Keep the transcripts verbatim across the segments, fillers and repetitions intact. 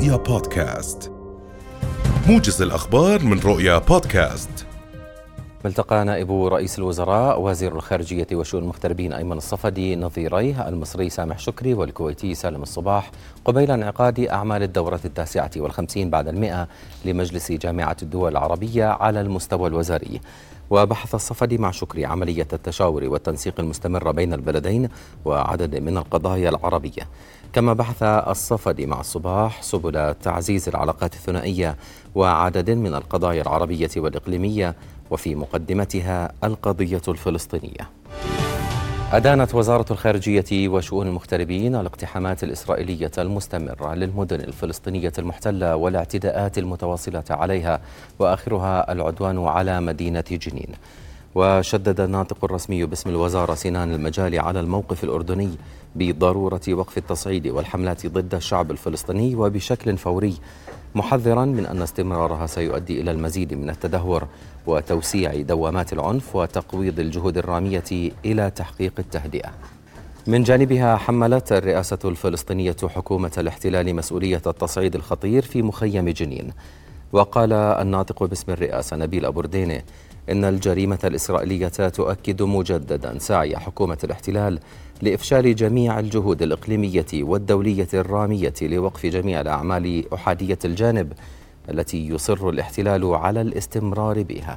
رؤيا بودكاست، موجز الأخبار من رؤيا بودكاست. التقى نائب رئيس الوزراء وزير الخارجية وشؤون المغتربين أيمن الصفدي نظيريه المصري سامح شكري والكويتي سالم الصباح قبيل انعقاد أعمال الدورة التاسعة والخمسين بعد المئة لمجلس جامعة الدول العربية على المستوى الوزاري. وبحث الصفدي مع شكري عملية التشاور والتنسيق المستمر بين البلدين وعدد من القضايا العربية. كما بحث الصفدي مع الصباح سبل تعزيز العلاقات الثنائية وعدد من القضايا العربية والإقليمية، وفي مقدمتها القضية الفلسطينية. أدانت وزارة الخارجية وشؤون المغتربين الاقتحامات الإسرائيلية المستمرة للمدن الفلسطينية المحتلة والاعتداءات المتواصلة عليها، وآخرها العدوان على مدينة جنين. وشدد الناطق الرسمي باسم الوزارة سنان المجالي على الموقف الأردني بضرورة وقف التصعيد والحملات ضد الشعب الفلسطيني وبشكل فوري، محذرا من أن استمرارها سيؤدي إلى المزيد من التدهور وتوسيع دوامات العنف وتقويض الجهود الرامية إلى تحقيق التهدئة. من جانبها حملت الرئاسة الفلسطينية حكومة الاحتلال مسؤولية التصعيد الخطير في مخيم جنين. وقال الناطق باسم الرئاسة نبيل أبو ردينة إن الجريمة الإسرائيلية تؤكد مجددا سعي حكومة الاحتلال لإفشال جميع الجهود الإقليمية والدولية الرامية لوقف جميع الأعمال أحادية الجانب التي يصر الاحتلال على الاستمرار بها.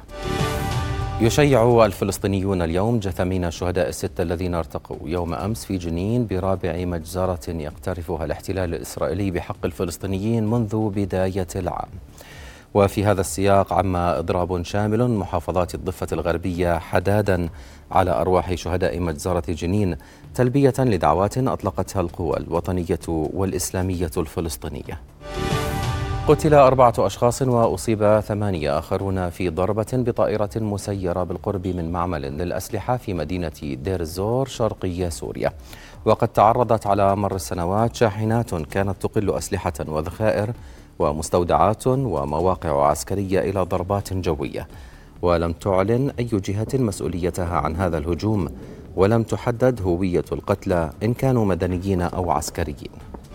يشيع الفلسطينيون اليوم جثمين الشهداء الستة الذين ارتقوا يوم أمس في جنين برابع مجزرة يقترفها الاحتلال الإسرائيلي بحق الفلسطينيين منذ بداية العام. وفي هذا السياق عم إضراب شامل محافظات الضفة الغربية حدادا على أرواح شهداء مجزرة جنين، تلبية لدعوات أطلقتها القوى الوطنية والإسلامية الفلسطينية. قتل أربعة أشخاص وأصيب ثمانية آخرون في ضربة بطائرة مسيرة بالقرب من معمل للأسلحة في مدينة دير الزور شرقي سوريا. وقد تعرضت على مر السنوات شاحنات كانت تقل أسلحة وذخائر ومستودعات ومواقع عسكرية إلى ضربات جوية، ولم تعلن أي جهة مسؤوليتها عن هذا الهجوم، ولم تحدد هوية القتلى إن كانوا مدنيين أو عسكريين.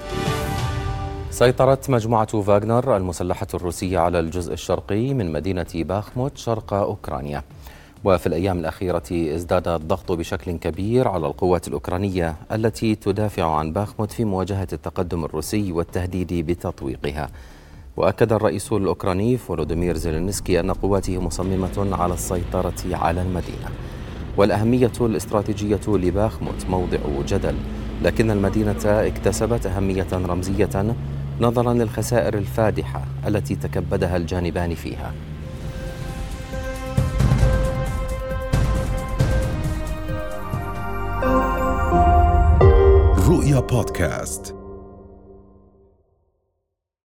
سيطرت مجموعة فاغنر المسلحة الروسية على الجزء الشرقي من مدينة باخموت شرق أوكرانيا. وفي الأيام الأخيرة ازداد الضغط بشكل كبير على القوات الأوكرانية التي تدافع عن باخموت في مواجهة التقدم الروسي والتهديد بتطويقها. وأكد الرئيس الأوكراني فولوديمير زيلينسكي أن قواته مصممة على السيطرة على المدينة. والأهمية الاستراتيجية لباخموت موضع جدل، لكن المدينة اكتسبت أهمية رمزية نظرا للخسائر الفادحة التي تكبدها الجانبان فيها. رؤيا بودكاست.